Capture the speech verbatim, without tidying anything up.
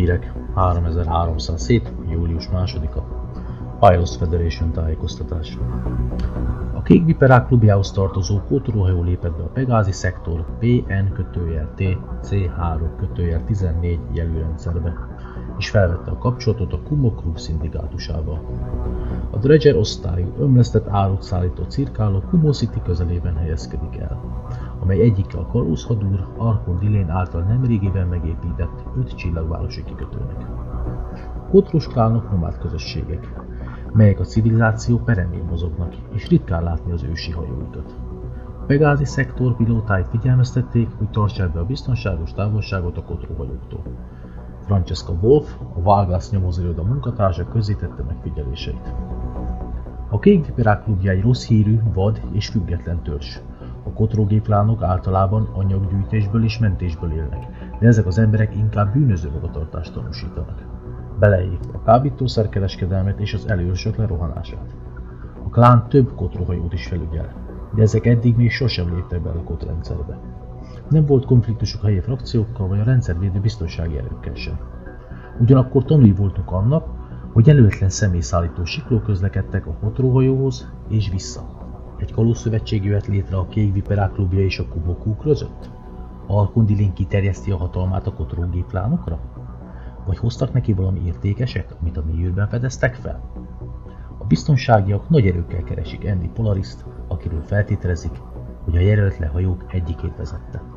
Hírek háromezer-háromszázhét. július másodika. Pilots Federation tájékoztatás. A kék viperák klubjához tartozó pótolóhajó lépett be a Pegázi szektor P N T C három tizennégy jelűrendszerbe, és felvette a kapcsolatot a Kumo Crew szindikátusával. A Dredger osztályú ömlesztett árut szállító cirkáló Kumo City közelében helyezkedik el, amely egyike a kalózhadúr Arkon Dilén által nemrégiben megépített öt csillagvárosi kikötőnek. Kotruskálnak nomád közösségek, melyek a civilizáció peremén mozognak, és ritkán látni az ősi hajóikat. A Pegázi szektor pilótái figyelmeztették, hogy tartsák be a biztonságos távolságot a kotróhajóktól. Francesca Wolf, a Valgász nyomozóiroda munkatársa közzétette megfigyeléseit. A kék viperák klubja egy rossz hírű, vad és független törzs. A kotrógéplánok általában anyaggyűjtésből és mentésből élnek, de ezek az emberek inkább bűnöző magatartást tanúsítanak, beleértve a kábítószerkereskedelmet és az előörsök lerohanását. A klán több kotróhajót is felügyel, de ezek eddig még sosem léptek be a kotrendszerbe. Nem volt konfliktusuk a helyi frakciókkal vagy a rendszervédő biztonsági erőkkel sem. Ugyanakkor tanúi voltunk annak, hogy előtlen személyszállító siklók közlekedtek a kotróhajóhoz és vissza. Egy kalózszövetség jöhet létre a kék viperák klubja és a Kumo Crew között? Arkon Dilén kiterjeszti a hatalmát a kotrógéplánokra? Vagy hoztak neki valami értékeset, amit a mélyűrben fedeztek fel? A biztonságiak nagy erőkkel keresik Andy Polariszt, akiről feltételezik, hogy a jelölt le hajók egyikét vezette.